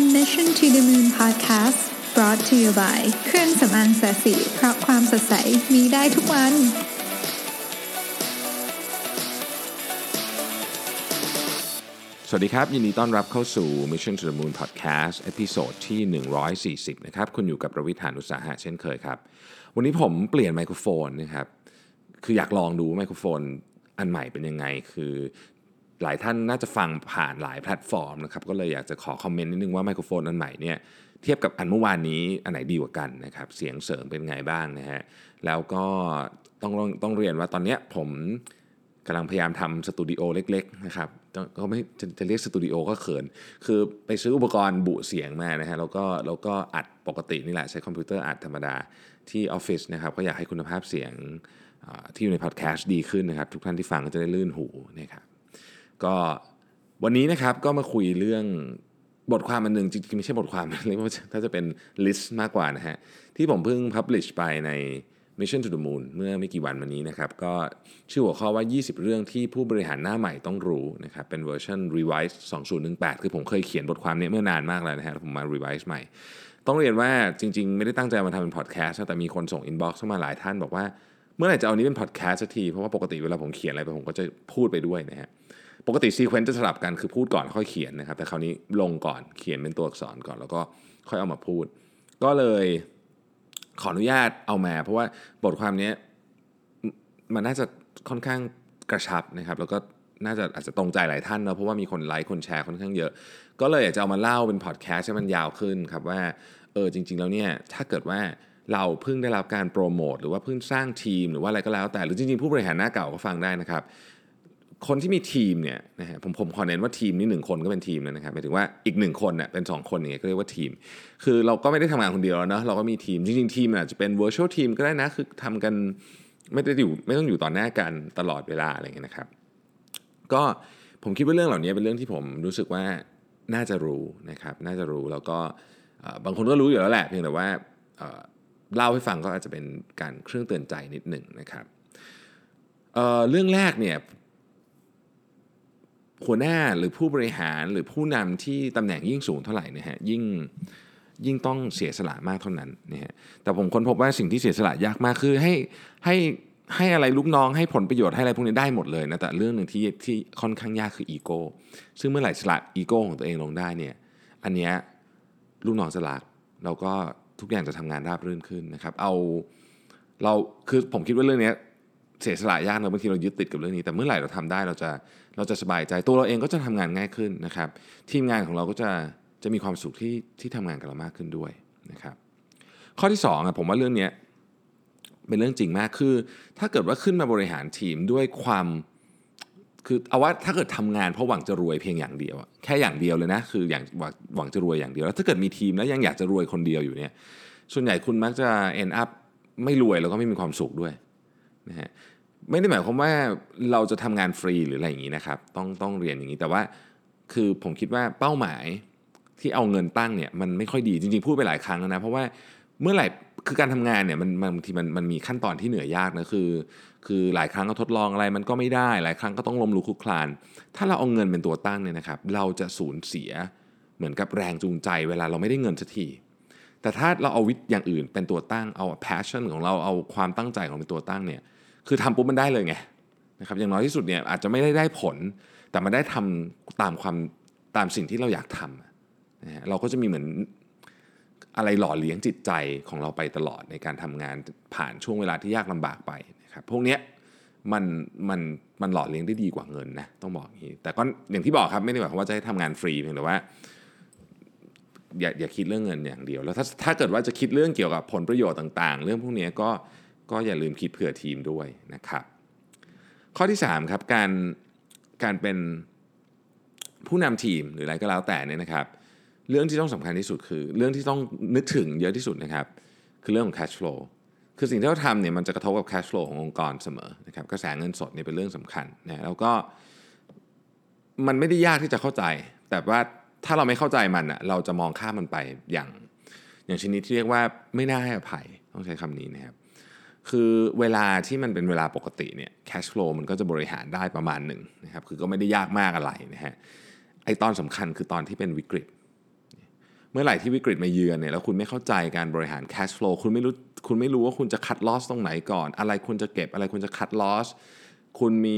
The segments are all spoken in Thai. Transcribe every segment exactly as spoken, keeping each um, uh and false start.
Mission to the Moon Podcast brought to you by เครื่องสำอางแสสีเพราะความสดใสมีได้ทุกวันสวัสดีครับยินดีต้อนรับเข้าสู่ Mission to the Moon Podcast เอพิโซดที่หนึ่งร้อยสี่สิบนะครับคุณอยู่กับประวิทย์ หาญอุตสาหะเช่นเคยครับวันนี้ผมเปลี่ยนไมโครโฟนนะครับคืออยากลองดูไมโครโฟนอันใหม่เป็นยังไงคือหลายท่านน่าจะฟังผ่านหลายแพลตฟอร์มนะครับก็เลยอยากจะขอคอมเมนต์นิดนึงว่าไมโครโฟนอันใหม่เนี่ยเทียบกับอันเมื่อวานนี้อันไหนดีกว่ากันนะครับเสียงเสริงเป็นไงบ้างนะฮะแล้วก็ต้องต้องเรียนว่าตอนนี้ผมกำลังพยายามทำสตูดิโอเล็กๆนะครับก็ไม่จะจะเรียกสตูดิโอก็เขินคือไปซื้ออุปกรณ์บุเสียงมานะฮะแล้วก็แล้วก็อัดปกตินี่แหละใช้คอมพิวเตอร์อัดธรรมดาที่ออฟฟิศนะครับก็อยากให้คุณภาพเสียงที่อยู่ในพอดแคสต์ดีขึ้นนะครับทุกท่านที่ฟังก็จะได้ลื่นหูนะครับก็วันนี้นะครับก็มาคุยเรื่องบทความอันนึงจริงๆไม่ใช่บทความเรียกว่าถ้าจะเป็นลิสต์มากกว่านะฮะที่ผมเพิ่ง publish ไปใน Mission to the Moon เมื่อไม่กี่วันมานี้นะครับก็ชื่อหัวข้อว่ายี่สิบเรื่องที่ผู้บริหารหน้าใหม่ต้องรู้นะครับเป็นเวอร์ชัน Revise สองพันสิบแปดคือผมเคยเขียนบทความนี้เมื่อนานมากแล้วนะฮะผมมา Revise ใหม่ต้องเรียนว่าจริงๆไม่ได้ตั้งใจมาทำเป็นพอดแคสต์แต่มีคนส่ง inbox เข้ามาหลายท่านบอกว่าเมื่อไหร่จะเอานี้เป็นพอดแคสต์สักทีเพราะว่าปกติเวลาผมเขียนอะไรไปผมก็จะพูดไปด้วยนะฮะปกติซีเควนซ์จะสลับกันคือพูดก่อนค่อยเขียนนะครับแต่คราวนี้ลงก่อนเขียนเป็นตัวอักษรก่อนแล้วก็ค่อยเอามาพูดก็เลยขออนุญาตเอามาเพราะว่าบทความนี้มันน่าจะค่อนข้างกระชับนะครับแล้วก็น่าจะอาจจะตรงใจหลายท่านเนาะเพราะว่ามีคนไลค์คนแชร์ค่อนข้างเยอะก็เลยอยากจะเอามาเล่าเป็นพอดแคสต์ให้มันยาวขึ้นครับว่าเออจริงๆแล้วเนี่ยถ้าเกิดว่าเราเพิ่งได้รับการโปรโมทหรือว่าเพิ่งสร้างทีมหรือว่าอะไรก็แล้วแต่หรือจริงๆผู้บริหารหน้าเก่าก็ฟังได้นะครับคนที่มีทีมเนี่ยนะฮะผมผมขอเน้นว่าทีมนี่หนึ่งคนก็เป็นทีมเลยนะครับหมายถึงว่าอีกหนึ่งคนเนี่ยเป็นสองคนอย่างเงี้ยก็เรียกว่าทีมคือเราก็ไม่ได้ทำงานคนเดียวแล้วเนาะเราก็มีทีมจริงๆทีมอาจจะเป็น virtual team ก็ได้นะคือทำกันไม่ได้อยู่ไม่ต้องอยู่ต่อหน้ากันตลอดเวลาอะไรเงี้ยนะครับก็ผมคิดว่าเรื่องเหล่านี้เป็นเรื่องที่ผมรู้สึกว่าน่าจะรู้นะครับน่าจะรู้แล้วก็บางคนก็รู้อยู่แล้วแหละเพียงแต่ว่าเล่าให้ฟังก็อาจจะเป็นการเครื่องเตือนใจนิดหนึ่งนะครับ เอ่อ เรื่องแรกเนี่ยหัวหน้าหรือผู้บริหารหรือผู้นำที่ตำแหน่งยิ่งสูงเท่าไหร่นะฮะยิ่งยิ่งต้องเสียสละมากเท่านั้นนะฮะแต่ผมค้นพบว่าสิ่งที่เสียสละยากมากคือให้ให้ให้อะไรลูกน้องให้ผลประโยชน์ให้อะไรพวกนี้ได้หมดเลยนะแต่เรื่องนึงที่ที่ค่อนข้างยากคืออีโก้ซึ่งเมื่อไหร่สละอีโก้ของตัวเองลงได้เนี่ยอันเนี้ยลูกน้องจะรักแล้วก็ทุกอย่างจะทำงานราบรื่นขึ้นนะครับเอาเราคือผมคิดว่าเรื่องนี้เสียสละยากนะบางทีเรายึดติดกับเรื่องนี้แต่เมื่อไหร่เราทำได้เราจะเราจะสบายใจตัวเราเองก็จะทำงานง่ายขึ้นนะครับทีมงานของเราก็จะจะมีความสุขที่ที่ทำงานกับเรามากขึ้นด้วยนะครับข้อที่สองอ่ะผมว่าเรื่องนี้เป็นเรื่องจริงมากคือถ้าเกิดว่าขึ้นมาบริหารทีมด้วยความคือเอาว่าถ้าเกิดทำงานเพราะหวังจะรวยเพียงอย่างเดียวแค่อย่างเดียวเลยนะคืออย่างหวังจะรวยอย่างเดียวแล้วถ้าเกิดมีทีมแล้วยังอยากจะรวยคนเดียวอยู่เนี่ยส่วนใหญ่คุณมักจะ end up ไม่รวยแล้วก็ไม่มีความสุขด้วยนะฮะไม่ได้หมายความว่าเราจะทำงานฟรีหรืออะไรอย่างนี้นะครับต้องต้องเรียนอย่างนี้แต่ว่าคือผมคิดว่าเป้าหมายที่เอาเงินตั้งเนี่ยมันไม่ค่อยดีจริงๆพูดไปหลายครั้งแล้วนะเพราะว่าเมื่อไหร่คือการทำงานเนี่ยมันบางทีมันมันมีขั้นตอนที่เหนื่อยยากนะคือคือหลายครั้งก็ทดลองอะไรมันก็ไม่ได้หลายครั้งก็ต้องล้มลุกคลุกคลานถ้าเราเอาเงินเป็นตัวตั้งเนี่ยนะครับเราจะสูญเสียเหมือนกับแรงจูงใจเวลาเราไม่ได้เงินสักทีแต่ถ้าเราเอาวิธีอย่างอื่นเป็นตัวตั้งเอา passion ของเราเอาความตั้งใจของเป็นตัวตั้งเนี่ยคือทำปุ๊บมันได้เลยไงนะครับอย่างน้อยที่สุดเนี่ยอาจจะไม่ได้ได้ผลแต่มันได้ทำตามความตามสิ่งที่เราอยากทำนะฮะเราก็จะมีเหมือนอะไรหล่อเลี้ยงจิตใจของเราไปตลอดในการทำงานผ่านช่วงเวลาที่ยากลำบากไปนะครับพวกเนี้ยมันมันมันหล่อเลี้ยงได้ดีกว่าเงินนะต้องบอกอย่างนี้แต่ก็อย่างที่บอกครับไม่ได้หมายความว่าจะให้ทำงานฟรีเพียงแต่ว่าอย่าอย่าคิดเรื่องเงินอย่างเดียวแล้วถ้าถ้าเกิดว่าจะคิดเรื่องเกี่ยวกับผลประโยชน์ต่างๆเรื่องพวกนี้ก็ก็อย่าลืมคิดเผื่อทีมด้วยนะครับข้อที่สามครับการการเป็นผู้นำทีมหรืออะไรก็แล้วแต่เนี่ยนะครับเรื่องที่ต้องสำคัญที่สุดคือเรื่องที่ต้องนึกถึงเยอะที่สุดนะครับคือเรื่องของ cash flow คือสิ่งที่เราทำเนี่ยมันจะกระทบกับ cash flow ขององค์กรเสมอนะครับกระแสเงินสดเนี่ยเป็นเรื่องสำคัญนะแล้วก็มันไม่ได้ยากที่จะเข้าใจแต่ว่าถ้าเราไม่เข้าใจมันอ่ะเราจะมองข้ามมันไปอย่างอย่างชนิดที่เรียกว่าไม่น่าให้อภัยต้องใช้คำนี้นะครับคือเวลาที่มันเป็นเวลาปกติเนี่ย cash flow มันก็จะบริหารได้ประมาณหนึ่งนะครับคือก็ไม่ได้ยากมากอะไรนะฮะไอ้ตอนสำคัญคือตอนที่เป็นวิกฤตเมื่อไหร่ที่วิกฤตมาเยือนเนี่ยแล้วคุณไม่เข้าใจการบริหาร cash flow คุณไม่รู้คุณไม่รู้ว่าคุณจะ cut loss ตรงไหนก่อนอะไรคุณจะเก็บอะไรคุณจะ cut loss คุณมี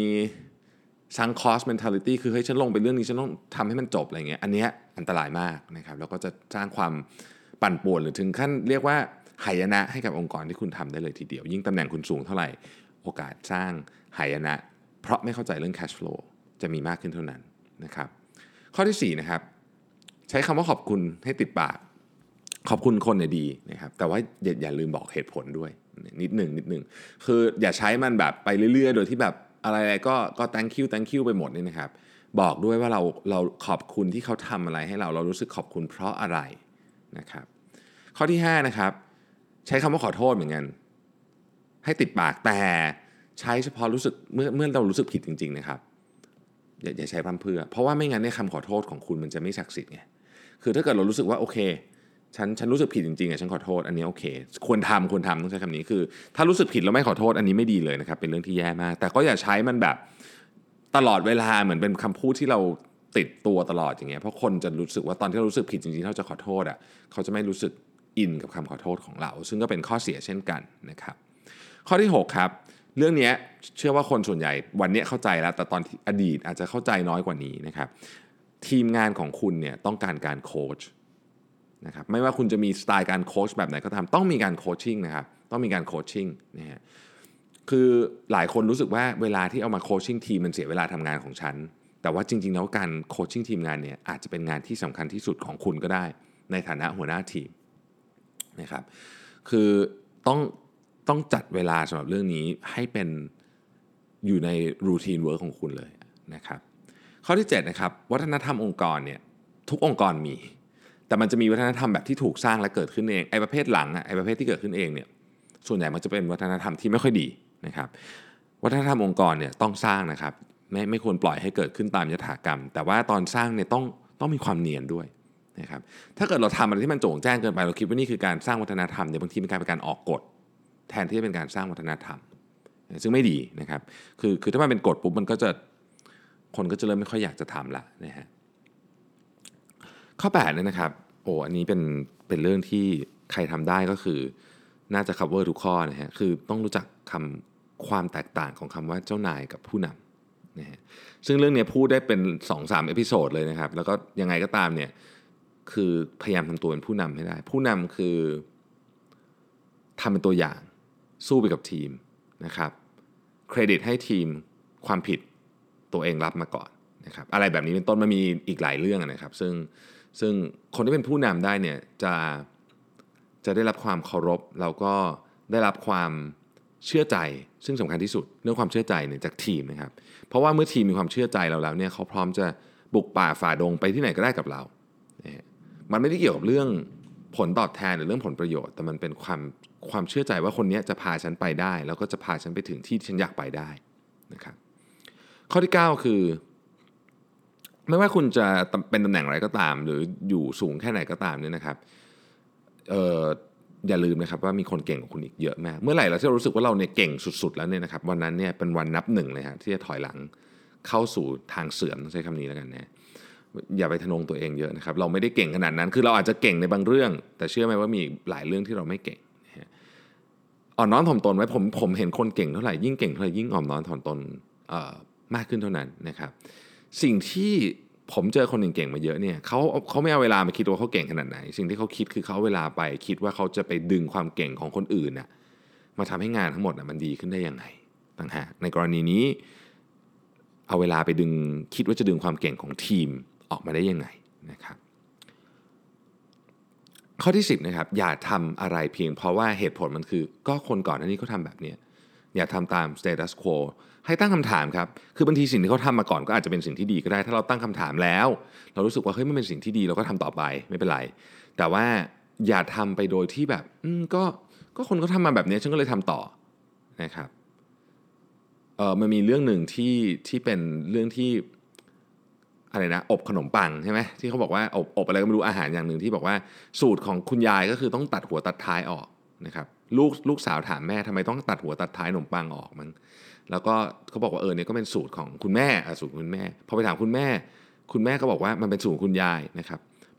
sunk cost mentality คือเฮ้ยฉันลงไปเรื่องนี้ฉันต้องทำให้มันจบอะไรเงี้ยอันเนี้ยอันตรายมากนะครับแล้วก็จะสร้างความปั่นป่วนหรือถึงขั้นเรียกว่าหายนะให้กับองค์กรที่คุณทำได้เลยทีเดียวยิ่งตำแหน่งคุณสูงเท่าไหร่โอกาสสร้างหายนะเพราะไม่เข้าใจเรื่อง cash flow จะมีมากขึ้นเท่านั้นนะครับข้อที่สี่นะครับใช้คำว่าขอบคุณให้ติดปากขอบคุณคนเนี่ยดีนะครับแต่ว่าอย่าอย่าลืมบอกเหตุผลด้วยนิดหนึ่งนิดหนึ่งคืออย่าใช้มันแบบไปเรื่อยๆโดยที่แบบอะไรก็ก็ thank you thank you ไปหมดนี่นะครับบอกด้วยว่าเราเราขอบคุณที่เขาทำอะไรให้เราเรารู้สึกขอบคุณเพราะอะไรนะครับข้อที่ห้านะครับใช้คำว่าขอโทษเหมือนกันให้ติดปากแต่ใช้เฉพาะรู้สึกเมื่อเมื่อเรารู้สึกผิดจริงๆนะครับอย่าอย่าใช้พร่ำเพรื่อเพราะว่าไม่งั้นเนี่ยคำขอโทษของคุณมันจะไม่ศักดิ์สิทธิ์ไงคือถ้าเกิดเรารู้สึกว่าโอเคฉันฉันรู้สึกผิดจริงๆอ่ะฉันขอโทษอันนี้โอเคควรทำควรทำต้องใช้คำนี้คือถ้ารู้สึกผิดแล้วไม่ขอโทษอันนี้ไม่ดีเลยนะครับเป็นเรื่องที่แย่มากแต่ก็อย่าใช้มันแบบตลอดเวลาเหมือนเป็นคำพูดที่เราติดตัวตลอดอย่างเงี้ยเพราะคนจะรู้สึกว่าตอนที่เรารู้สึกผิดจริงๆเขาจะขอโทษอ่ะเขาจะไม่รู้สึกอินกับคำขอโทษของเราซึ่งก็เป็นข้อเสียเช่นกันนะครับข้อที่หกครับเรื่องนี้เชื่อว่าคนส่วนใหญ่วันนี้เข้าใจแล้วแต่ตอนอดีตอาจจะเข้าใจน้อยกว่านี้นะครับทีมงานของคุณเนี่ยต้องการการโค้ชนะครับไม่ว่าคุณจะมีสไตล์การโค้ชแบบไหนก็ตามต้องมีการโคชชิ่งนะครับต้องมีการโคชชิ่งนะฮะคือหลายคนรู้สึกว่าเวลาที่เอามาโคชชิ่งทีมมันเสียเวลาทำงานของฉันแต่ว่าจริงๆแล้วการโคชชิ่งทีมงานเนี่ยอาจจะเป็นงานที่สำคัญที่สุดของคุณก็ได้ในฐานะหัวหน้าทีมนะครับคือต้องต้องจัดเวลาสำหรับเรื่องนี้ให้เป็นอยู่ในรูทีนเวิร์คของคุณเลยนะครับข้อที่เจ็ดนะครับวัฒนธรรมองค์กรเนี่ยทุกองค์กรมีแต่มันจะมีวัฒนธรรมแบบที่ถูกสร้างและเกิดขึ้นเองไอ้ประเภทหลังอ่ะไอ้ประเภทที่เกิดขึ้นเองเนี่ยส่วนใหญ่มันจะเป็นวัฒนธรรมที่ไม่ค่อยดีนะครับวัฒนธรรมองค์กรเนี่ยต้องสร้างนะครับไม่ไม่ควรปล่อยให้เกิดขึ้นตามยถากรรมแต่ว่าตอนสร้างเนี่ยต้องต้องมีความเนียนด้วยนะครับถ้าเกิดเราทำอะไรที่มันโจ่งแจ้งเกินไปเราคิดว่านี่คือการสร้างวัฒนธรรมเนี่ยบางทีมันกลายเป็นการออกกฎแทนที่จะเป็นการสร้างวัฒนธรรมซึ่งไม่ดีนะครับคือคือถ้ามันเป็นกฎปุ๊บมันก็จะคนก็จะเริ่มไม่ค่อยอยากจะทำละนะฮะข้อแปดเนี่ยนะครับโอ้อันนี้เป็นเป็นเรื่องที่ใครทำได้ก็คือน่าจะ cover ทุกข้อนะฮะคือต้องรู้จักคำความแตกต่างของคำว่าเจ้านายกับผู้นำนะฮะซึ่งเรื่องนี้พูดได้เป็น สองถึงสาม เอพิโซดเลยนะครับแล้วก็ยังไงก็ตามเนี่ยคือพยายามทำตัวเป็นผู้นำให้ได้ผู้นำคือทำเป็นตัวอย่างสู้ไปกับทีมนะครับเครดิตให้ทีมความผิดตัวเองรับมาก่อนนะครับอะไรแบบนี้เป็นต้นมันมีอีกหลายเรื่องนะครับซึ่งซึ่งคนที่เป็นผู้นำได้เนี่ยจะจะได้รับความเคารพแล้วก็ได้รับความเชื่อใจซึ่งสำคัญที่สุดเรื่องความเชื่อใจเนี่ยจากทีมนะครับเพราะว่าเมื่อทีมมีความเชื่อใจเราแล้วเนี่ยเขาพร้อมจะบุกป่าฝ่าดงไปที่ไหนก็ได้กับเรานะมันไม่ได้เกี่ยวกับเรื่องผลตอบแทนหรือเรื่องผลประโยชน์แต่มันเป็นความความเชื่อใจว่าคนนี้จะพาฉันไปได้แล้วก็จะพาฉันไปถึงที่ฉันอยากไปได้นะครับข้อที่เก้าคือไม่ว่าคุณจะเป็นตำแหน่งอะไรก็ตามหรืออยู่สูงแค่ไหนก็ตามเนี่ยนะครับเอ่ออย่าลืมนะครับว่ามีคนเก่งกว่าคุณอีกเยอะมากเมื่อไหร่เราที่เรารู้สึกว่าเราเนี่ยเก่งสุดๆแล้วเนี่ยนะครับวันนั้นเนี่ยเป็นวันนับหนึ่งเลยฮะที่จะถอยหลังเข้าสู่ทางเสื่อมใช้คำนี้แล้วกันนะอย่าไปทะนงตัวเองเยอะนะครับเราไม่ได้เก่งขนาดนั้นคือเราอาจจะเก่งในบางเรื่องแต่เชื่อไหมว่ามีหลายเรื่องที่เราไม่เก่งอ่อนน้อมถ่อมตนไว้ผมผมเห็นคนเก่งเท่าไหร่ยิ่งเก่งเท่าไหร่ยิ่งอ่อนน้อมถ่อมตนเอ่อมากขึ้นเท่านั้นนะครับสิ่งที่ผมเจอคนเก่งๆมาเยอะเนี่ยเขาเขาไม่เอาเวลามาคิดว่าเขาเก่งขนาดไหนสิ่งที่เขาคิดคือเขาเอาเวลาไปคิดว่าเขาจะไปดึงความเก่งของคนอื่นน่ะมาทำให้งานทั้งหมดน่ะมันดีขึ้นได้ยังไงต่างหากในกรณีนี้เอาเวลาไปดึงคิดว่าจะดึงความเก่งของทีมออกมาได้ยังไงนะครับข้อที่สิบนะครับอย่าทำอะไรเพียงเพราะว่าเหตุผลมันคือก็คนก่อนหน้านี้เขาทำแบบนี้อย่าทำตาม status quo ให้ตั้งคำถามครับคือบางทีสิ่งที่เขาทำมาก่อนก็อาจจะเป็นสิ่งที่ดีก็ได้ถ้าเราตั้งคำถามแล้วเรารู้สึกว่าเฮ้ยมันเป็นสิ่งที่ดีเราก็ทำต่อไปไม่เป็นไรแต่ว่าอย่าทำไปโดยที่แบบอืมก็ก็คนเขาทำมาแบบนี้ฉันก็เลยทำต่อนะครับเออมันมีเรื่องหนึ่งที่ที่เป็นเรื่องที่อะไรนะอบขนมปังใช่ไหมที่เขาบอกว่าอบอบอะไรก็ไม่รู้อาหารอย่างหนึ่งที่บอกว่าสูตรของคุณยายก็คือต้องตัดหัวตัดท้ายออกนะครับลูกลูกสาวถามแม่ทำไมต้องตัดหัวตัดท้ายขนมปังออกมั้งแล้วก็เขาบอกว่าเออเนี่ยก็เป็นสูตรของคุณแม่สูตรคุณแม่พอไปถามคุณแม่คุณแม่ก็บอกว่ามันเป็นสูตรคุณยายนะครับ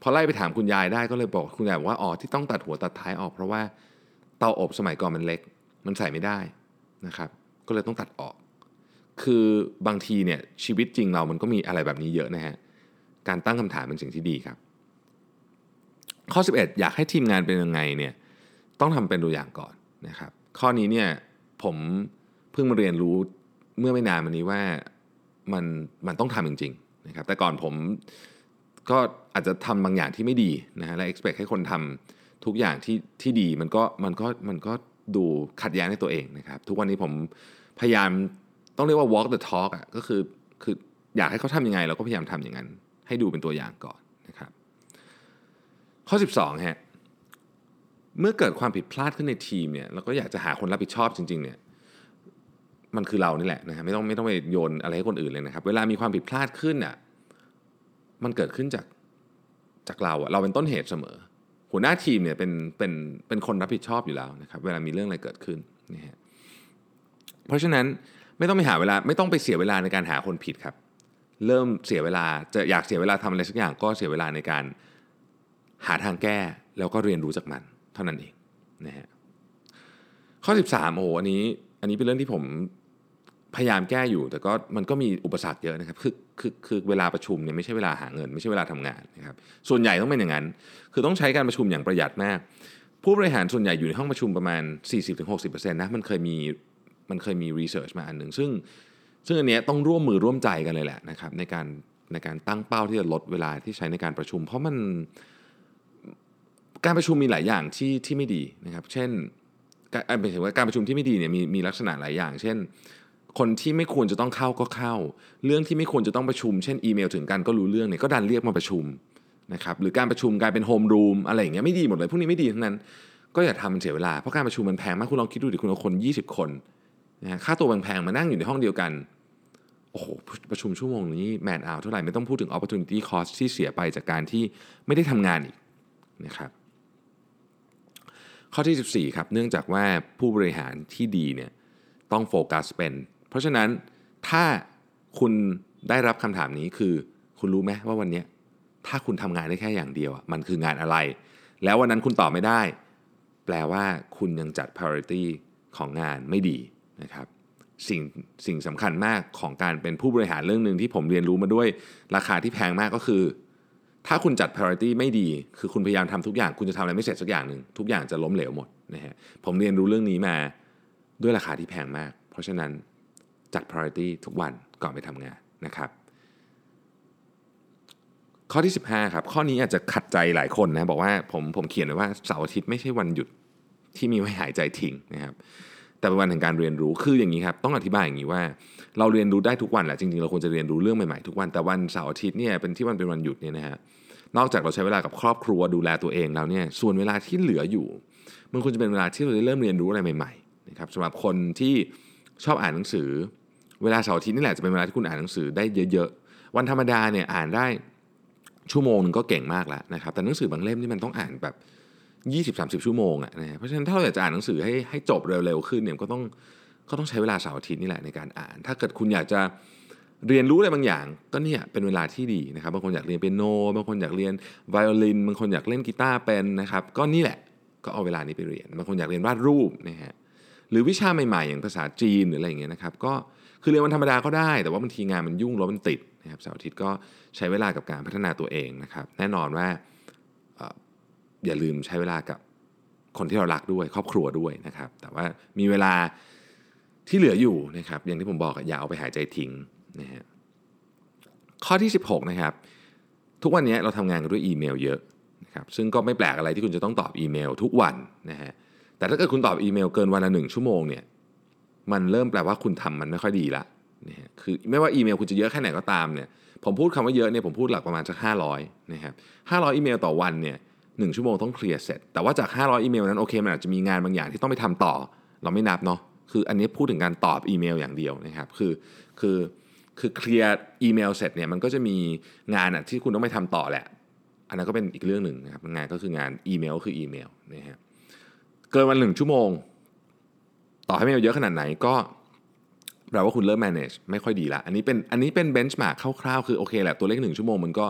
พอไล่ไปถามคุณยายได้ก็เลยบอกคุณยายบอกว่าอ๋อที่ต้องตัดหัวตัดท้ายออกเพราะว่าเตาอบสมัยก่อนมันเล็กมันใส่ไม่ได้นะครับก็เลยต้องตัดออกคือบางทีเนี่ยชีวิตจริงเรามันก็มีอะไรแบบนี้เยอะนะฮะการตั้งคำถามเป็นสิ่งที่ดีครับข้อสิบเอ็ดอยากให้ทีมงานเป็นยังไงเนี่ยต้องทำเป็นตัวอย่างก่อนนะครับข้อนี้เนี่ยผมเพิ่งมาเรียนรู้เมื่อไม่นานมานี้ว่ามันมันต้องทำจริงๆนะครับแต่ก่อนผมก็อาจจะทำบางอย่างที่ไม่ดีนะฮะและ expect ให้คนทำทุกอย่างที่ที่ดีมันก็มันก็มันก็ดูขัดแย้งในตัวเองนะครับทุกวันนี้ผมพยายามต้องเรียกว่า walk the talk อ่ะก็คือคืออยากให้เขาทำยังไงเราก็พยายามทำอย่างนั้นให้ดูเป็นตัวอย่างก่อนนะครับข้อสิบสองฮะเมื่อเกิดความผิดพลาดขึ้นในทีมเนี่ยเราก็อยากจะหาคนรับผิดชอบจริงๆเนี่ยมันคือเรานี่แหละนะฮะไม่ต้องไม่ต้องไปโยนอะไรให้คนอื่นเลยนะครับเวลามีความผิดพลาดขึ้นอ่ะมันเกิดขึ้นจากจากเราอ่ะเราเป็นต้นเหตุเสมอหัวหน้าทีมเนี่ยเป็นเป็นเป็นคนรับผิดชอบอยู่แล้วนะครับเวลามีเรื่องอะไรเกิดขึ้นนะฮะเพราะฉะนั้นไม่ต้องไปหาเวลาไม่ต้องไปเสียเวลาในการหาคนผิดครับเริ่มเสียเวลาจะอยากเสียเวลาทำอะไรสักอย่างก็เสียเวลาในการหาทางแก้แล้วก็เรียนรู้จากมันเท่านั้นเองนะฮะข้อสิบสามโอ้อันนี้อันนี้เป็นเรื่องที่ผมพยายามแก้อยู่แต่ก็มันก็มีอุปสรรคเยอะนะครับคือคือคือเวลาประชุมเนี่ยไม่ใช่เวลาหาเงินไม่ใช่เวลาทำงานนะครับส่วนใหญ่ต้องเป็นอย่างนั้นคือต้องใช้การประชุมอย่างประหยัดมากผู้บริหารส่วนใหญ่อยู่ในห้องประชุมประมาณ สี่สิบถึงหกสิบเปอร์เซ็นต์ นะมันเคยมีมันเคยมีรีเสิร์ชมาอันหนึ่งซึ่งซึ่งอันนี้ต้องร่วมมือร่วมใจกันเลยแหละนะครับในการในการตั้งเป้าที่จะลดเวลาที่ใช้ในการประชุมเพราะมันการประชุมมีหลายอย่างที่ที่ไม่ดีนะครับเช่นการหมายถึงว่าการประชุมที่ไม่ดีเนี่ยมีมีลักษณะหลายอย่างเช่นคนที่ไม่ควรจะต้องเข้าก็เข้าเรื่องที่ไม่ควรจะต้องประชุมเช่นอีเมลถึงกันก็รู้เรื่องเนี่ยก็ดันเรียกมาประชุมนะครับหรือการประชุมกลายเป็นโฮมรูมอะไรอย่างเงี้ยไม่ดีหมดเลยพวกนี้ไม่ดีทั้งนั้นก็อย่าทำมันเสียเวลาเพราะการประชุมมันแพงมากคุณลองคิดดูดิคุณเอาคนยี่สิบคนนะฮะค่าตัวแพงๆมานั่งอยู่ในห้องเดียวกันโอ้โหประชุมชั่วโมงนี้แมนเอาเท่าไหร่ไม่ต้องพูดถึง opportunity cost ที่เสียไปจากการที่ไม่ได้ทำงานอีกนะครับข้อที่สิบสี่ครับเนื่องจากว่าผู้บริหารที่ดีเนี่ยต้องโฟกัสเป็นเพราะฉะนั้นถ้าคุณได้รับคำถามนี้คือคุณรู้ไหมว่าวันนี้ถ้าคุณทำงานได้แค่อย่างเดียวมันคืองานอะไรแล้ววันนั้นคุณตอบไม่ได้แปลว่าคุณยังจัด priority ของงานไม่ดีนะครับสิ่งสิ่งสำคัญมากของการเป็นผู้บริหารเรื่องนึงที่ผมเรียนรู้มาด้วยราคาที่แพงมากก็คือถ้าคุณจัด priority ไม่ดีคือคุณพยายามทำทุกอย่างคุณจะทำอะไรไม่เสร็จสักอย่างหนึ่งทุกอย่างจะล้มเหลวหมดนะฮะผมเรียนรู้เรื่องนี้มาด้วยราคาที่แพงมากเพราะฉะนั้นจัด priority ทุกวันก่อนไปทำงานนะครับข้อที่สิบห้าครับข้อนี้อาจจะขัดใจหลายคนนะบอกว่าผมผมเขียนไว้ว่าเสาร์อาทิตย์ไม่ใช่วันหยุดที่มีไว้หายใจทิ้งนะครับแต่เป็นวันแห่งการเรียนรู้คืออย่างนี้ครับต้องอธิบายอย่างนี้ว่าเราเรียนรู้ได้ทุกวันแหละจริงๆเราควรจะเรียนรู้เรื่องใหม่ๆทุกวันแต่วันเสาร์อาทิตย์เนี่ยเป็นที่วันเป็นวันหยุดเนี่ยนะฮะนอกจากเราใช้เวลากับครอบครัวดูแลตัวเองแล้วเนี่ยส่วนเวลาที่เหลืออยู่มันควรจะเป็นเวลาที่เราได้เริ่มเรียนรู้อะไรใหม่ๆนะครับสำหรับคนที่ชอบอ่านหนังสือเวลาเสาร์อาทิตย์นี่แหละจะเป็นเวลาที่คุณอ่านหนังสือได้เยอะๆวันธรรมดาเนี่ยอ่านได้ชั่วโมงนึงก็เก่งมากแล้วนะครับแต่หนังสือบางเล่มนี่มันต้องอ่านแบบ ยี่สิบถึงสามสิบ ชั่วโมงอ่ะนะเพราะฉะนั้นถ้าเราอยากจะอ่านหนังสือให้ให้จบเร็วๆขึ้นเนี่ยก็ต้องก็ต้องใช้เวลาเสาร์อาทิตย์นี่แหละในการอ่านถ้าเกิดคุณอยากจะเรียนรู้อะไรบางอย่างก็เนี่ยเป็นเวลาที่ดีนะครับบางคนอยากเรียนเปียโนบางคนอยากเรียนไวโอลินบางคนอยากเล่นกีตาร์เป็นนะครับก็นี่แหละก็เอาเวลานี้ไปเรียนบางคนอยากเรียนวาดรูปนะฮะหรือวิชาใหม่ๆอย่างภาษาจีนหรืออะไรอย่างเงี้ยนะครับก็คือเรียนวันธรรมดาก็ได้แต่ว่าบางทีงานมันยุ่งรถมันติดนะครับเสาร์อาทิตย์ก็ใช้เวลากับการพัฒนาตัวเองนะครับแน่นอนว่าอย่าลืมใช้เวลากับคนที่เรารักด้วยครอบครัวด้วยนะครับแต่ว่ามีเวลาที่เหลืออยู่นะครับอย่างที่ผมบอกอย่าเอาไปหายใจทิ้งนะฮะข้อที่สิบหกนะครับทุกวันนี้เราทำงานกันด้วยอีเมลเยอะนะครับซึ่งก็ไม่แปลกอะไรที่คุณจะต้องตอบอีเมลทุกวันนะฮะแต่ถ้าเกิดคุณตอบอีเมลเกินวันละหนึ่งชั่วโมงเนี่ยมันเริ่มแปลว่าคุณทำมันไม่ค่อยดีละนะฮะคือไม่ว่าอีเมลคุณจะเยอะแค่ไหนก็ตามเนี่ยผมพูดคำว่าเยอะเนี่ยผมพูดหลักประมาณสักห้าร้อยนะครับห้าร้อยอีเมลต่อวันเนี่ยหนึ่งชั่วโมงต้องเคลียร์เสร็จแต่ว่าจากห้าร้อยอีเมลนั้นโอเคมันอาจจะมีงานบางอย่างที่ต้องไปทำต่อเราไม่นับเนาะคืออันนี้พูดถึงการตอบอีเมลอย่างเดียวนะครับคือคือคือเคลียร์อีเมลเสร็จเนี่ยมันก็จะมีงานที่คุณต้องไปทำต่อแหละอันนั้นก็เป็นอีกเรื่องหนึ่งนะครับงานก็คืองานอีเมลก็คืออีเมลนะฮะเกินวันหนึ่งชั่วโมงต่อให้เมลเยอะขนาดไหนก็แปลว่าคุณเริ่ม manage ไม่ค่อยดีละอันนี้เป็นอันนี้เป็น benchmark คร่าวๆคือโอเคแหละตัวเลขหนึ่งชั่วโมงมันก็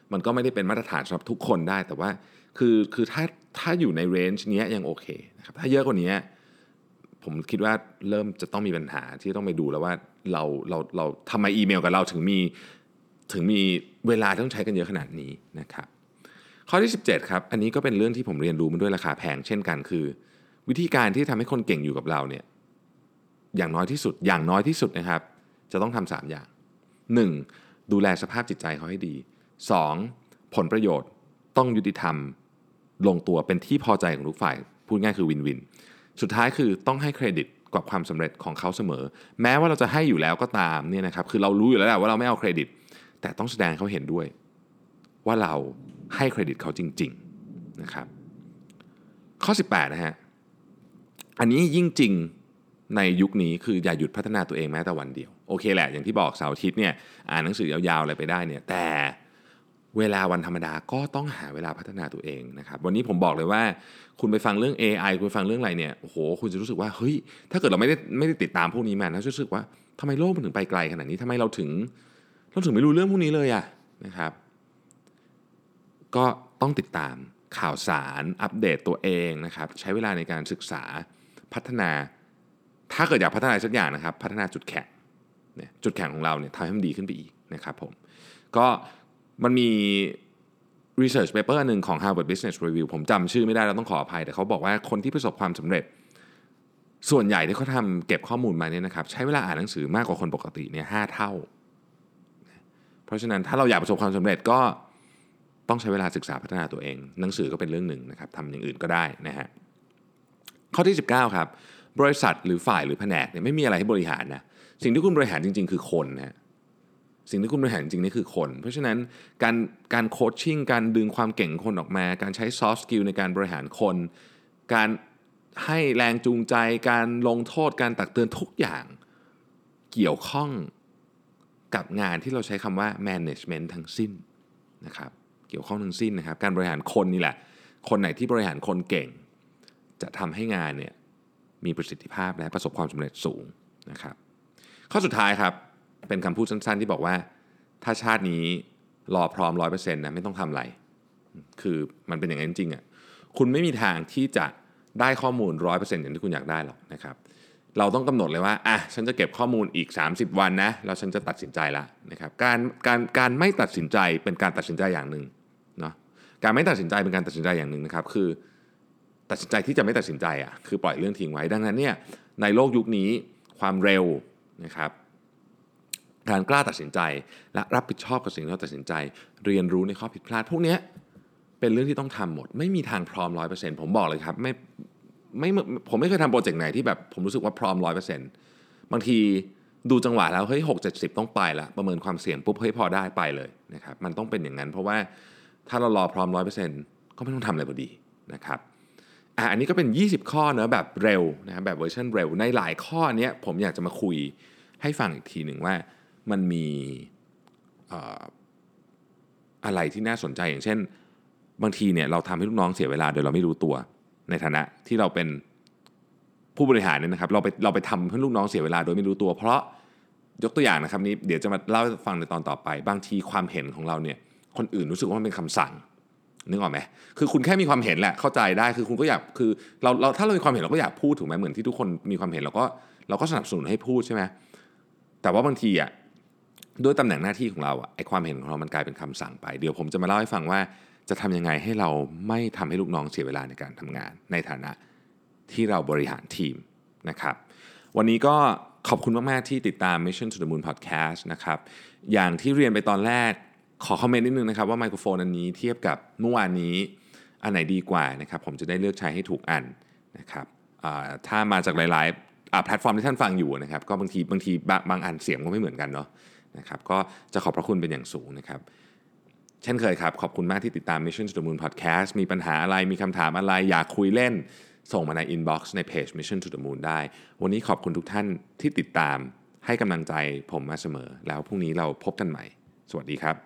มันก็ไม่ได้เป็นมาตรฐานสำหรับทุกคนได้แต่ว่าคือคือถ้าถ้าอยู่ในเรนจ์นี้ยังโอเคนะครับถ้าเยอะกว่านี้ผมคิดว่าเริ่มจะต้องมีปัญหาที่ต้องไปดูแล้วว่าเราเราเราทำไมอีเมลกับเราถึงมีถึงมีเวลาต้องใช้กันเยอะขนาดนี้นะครับข้อที่สิบเจ็ดครับอันนี้ก็เป็นเรื่องที่ผมเรียนรู้มันด้วยราคาแพงเช่นกันคือวิธีการที่ทำให้คนเก่งอยู่กับเราเนี่ยอย่างน้อยที่สุดอย่างน้อยที่สุดนะครับจะต้องทำสามอย่างหนึ่งดูแลสภาพจิตใจเขาให้ดีสองผลประโยชน์ต้องยุติธรรมลงตัวเป็นที่พอใจของทุกฝ่ายพูดง่ายคือวินวินสุดท้ายคือต้องให้เครดิตกับความสำเร็จของเขาเสมอแม้ว่าเราจะให้อยู่แล้วก็ตามเนี่ยนะครับคือเรารู้อยู่แล้วแหละว่าเราไม่เอาเครดิตแต่ต้องแสดงเขาเห็นด้วยว่าเราให้เครดิตเขาจริงๆนะครับข้อสิบแปดนะฮะอันนี้ยิ่งจริงในยุคนี้คืออย่าหยุดพัฒนาตัวเองแม้แต่วันเดียวโอเคแหละอย่างที่บอกเสาร์อาทิตย์เนี่ยอ่านหนังสือยาวๆอะไรไปได้เนี่ยแต่เวลาวันธรรมดาก็ต้องหาเวลาพัฒนาตัวเองนะครับวันนี้ผมบอกเลยว่าคุณไปฟังเรื่อง เอ ไอ คุณฟังเรื่องอะไรเนี่ยโอ้โหคุณจะรู้สึกว่าเฮ้ยถ้าเกิดเราไม่ได้ไม่ได้ติดตามพวกนี้มานะจะรู้สึกว่าทำไมโลกมันถึงไปไกลขนาดนี้ทำไมเราถึงเราถึงไม่รู้เรื่องพวกนี้เลยอะนะครับก็ต้องติดตามข่าวสารอัปเดตตัวเองนะครับใช้เวลาในการศึกษาพัฒนาถ้าเกิดอยากพัฒนาสักอย่างนะครับพัฒนาจุดแข็งเนี่ยจุดแข็งของเราเนี่ยทำให้มันดีขึ้นไปอีกนะครับผมก็มันมี research paper หนึ่งของ Harvard Business Review ผมจำชื่อไม่ได้แล้วต้องขออภัยแต่เขาบอกว่าคนที่ประสบความสำเร็จส่วนใหญ่ที่เขาทำเก็บข้อมูลมาเนี่ยนะครับใช้เวลาอ่านหนังสือมากกว่าคนปกติเนี่ยห้าเท่าเพราะฉะนั้นถ้าเราอยากประสบความสำเร็จก็ต้องใช้เวลาศึกษาพัฒนาตัวเองหนังสือก็เป็นเรื่องหนึ่งนะครับทำอย่างอื่นก็ได้นะฮะข้อที่สิบเก้าครับบริษัทหรือฝ่ายหรือแผนกเนี่ยไม่มีอะไรให้บริหารนะสิ่งที่คุณบริหารจริงๆคือคนนะสิ่งที่คุณบริหารจริงๆนี่คือคนเพราะฉะนั้นการการโคชชิ่งการดึงความเก่งคนออกมาการใช้ soft skill ในการบริหารคนการให้แรงจูงใจการลงโทษการตักเตือนทุกอย่างเกี่ยวข้องกับงานที่เราใช้คำว่า management ทั้งสิ้นนะครับเกี่ยวข้องทั้งสิ้นนะครับการบริหารคนนี่แหละคนไหนที่บริหารคนเก่งจะทำให้งานเนี่ยมีประสิทธิภาพและประสบความสำเร็จสูงนะครับข้อสุดท้ายครับเป็นคำพูดสั้นๆที่บอกว่าถ้าชาตินี้รอพร้อม ร้อยเปอร์เซ็นต์ นะไม่ต้องทำอะไรคือมันเป็นอย่างนั้นจริงๆอ่ะคุณไม่มีทางที่จะได้ข้อมูล ร้อยเปอร์เซ็นต์ อย่างที่คุณอยากได้หรอกนะครับเราต้องกำหนดเลยว่าอ่ะฉันจะเก็บข้อมูลอีกสามสิบวันนะแล้วฉันจะตัดสินใจละนะครับการการการไม่ตัดสินใจเป็นการตัดสินใจอย่างหนึ่งเนาะการไม่ตัดสินใจเป็นการตัดสินใจอย่างหนึ่งนะครับคือตัดสินใจที่จะไม่ตัดสินใจอ่ะคือปล่อยเรื่องทิ้งไว้ดังนั้นเนี่ยในโลกยุคนี้ความเร็วนะครับการกล้าตัดสินใจและรับผิดชอบกับสิ่งที่เราตัดสินใจเรียนรู้ในข้อผิดพลาดพวกนี้เป็นเรื่องที่ต้องทำหมดไม่มีทางพร้อม ร้อยเปอร์เซ็นต์ ผมบอกเลยครับไม่ไม่ผมไม่เคยทำโปรเจกต์ไหนที่แบบผมรู้สึกว่าพร้อม ร้อยเปอร์เซ็นต์ บางทีดูจังหวะแล้วเฮ้ยหก เจ็ดสิบต้องไปละประเมินความเสี่ยงปุ๊บเฮ้ยพอได้ไปเลยนะครับมันต้องเป็นอย่างนั้นเพราะว่าถ้าเรารอพร้อม ร้อยเปอร์เซ็นต์ ก็ไม่ต้องทำอะไรพอดีนะครับอ่ะอันนี้ก็เป็นยี่สิบข้อเนอะแบบเร็วนะแบบเวอร์ชันเร็วในหลายข้อเนี้ยผมอยากจะมาคุยให้ฟังอีกทีหนึ่งว่ามันมีอะไรที่น่าสนใจอย่างเช่นบางทีเนี่ยเราทำให้ลูกน้องเสียเวลาโดยเราไม่รู้ตัวในฐานะที่เราเป็นผู้บริหารเนี่ยนะครับเราไปเราไปทำให้ลูกน้องเสียเวลาโดยไม่รู้ตัวเพราะยกตัวอย่างนะครับนี้เดี๋ยวจะมาเล่าให้ฟังในตอนต่อไปบางทีความเห็นของเราเนี่ยคนอื่นรู้สึกว่ามันเป็นคำสั่งนึกออกไหมคือคุณแค่มีความเห็นแหละเข้าใจได้คือคุณก็อยากคือเราเราถ้าเรามีความเห็นเราก็อยากพูดถูกไหมเหมือนที่ทุกคนมีความเห็นเราก็เราก็สนับสนุนให้พูดใช่ไหมแต่ว่าบางทีอ่ะด้วยตำแหน่งหน้าที่ของเราอ่ะไอ้ความเห็นของเรามันกลายเป็นคำสั่งไปเดี๋ยวผมจะมาเล่าให้ฟังว่าจะทำยังไงให้เราไม่ทำให้ลูกน้องเสียเวลาในการทำงานในฐานะที่เราบริหารทีมนะครับวันนี้ก็ขอบคุณมากๆที่ติดตาม Mission to the Moon Podcast นะครับอย่างที่เรียนไปตอนแรกขอคอมเมนต์นิดนึงนะครับว่าไมโครโฟนอันนี้เทียบกับเมื่อวานนี้อันไหนดีกว่านะครับผมจะได้เลือกใช้ให้ถูกอันนะครับถ้ามาจากหลายๆแพลตฟอร์มที่ท่านฟังอยู่นะครับก็บางทีบางทีบางอันเสียงก็ไม่เหมือนกันเนาะนะครับก็จะขอบพระคุณเป็นอย่างสูงนะครับเช่นเคยครับขอบคุณมากที่ติดตาม Mission to the Moon Podcast มีปัญหาอะไรมีคำถามอะไรอยากคุยเล่นส่งมาใน inbox ในเพจ Mission to the Moon ได้วันนี้ขอบคุณทุกท่านที่ติดตามให้กำลังใจผมมาเสมอแล้วพรุ่งนี้เราพบกันใหม่สวัสดีครับ